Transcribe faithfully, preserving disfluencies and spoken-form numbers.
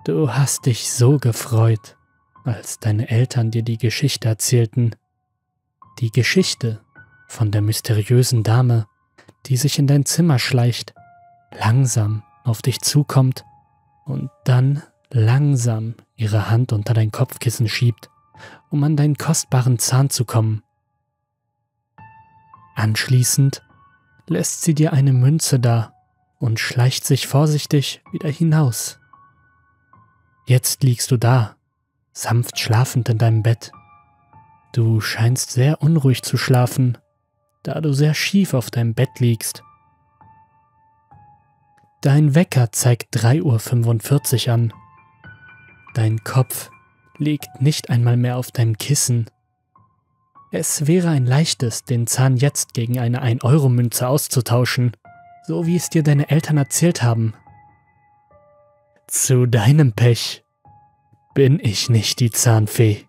Du hast dich so gefreut, als deine Eltern dir die Geschichte erzählten. Die Geschichte von der mysteriösen Dame, die sich in dein Zimmer schleicht, langsam auf dich zukommt und dann langsam ihre Hand unter dein Kopfkissen schiebt, um an deinen kostbaren Zahn zu kommen. Anschließend lässt sie dir eine Münze da und schleicht sich vorsichtig wieder hinaus. Jetzt liegst du da, sanft schlafend in deinem Bett. Du scheinst sehr unruhig zu schlafen, da du sehr schief auf deinem Bett liegst. Dein Wecker zeigt drei Uhr fünfundvierzig an. Dein Kopf liegt nicht einmal mehr auf deinem Kissen. Es wäre ein leichtes, den Zahn jetzt gegen eine ein Euro Münze auszutauschen, so wie es dir deine Eltern erzählt haben. Zu deinem Pech bin ich nicht die Zahnfee.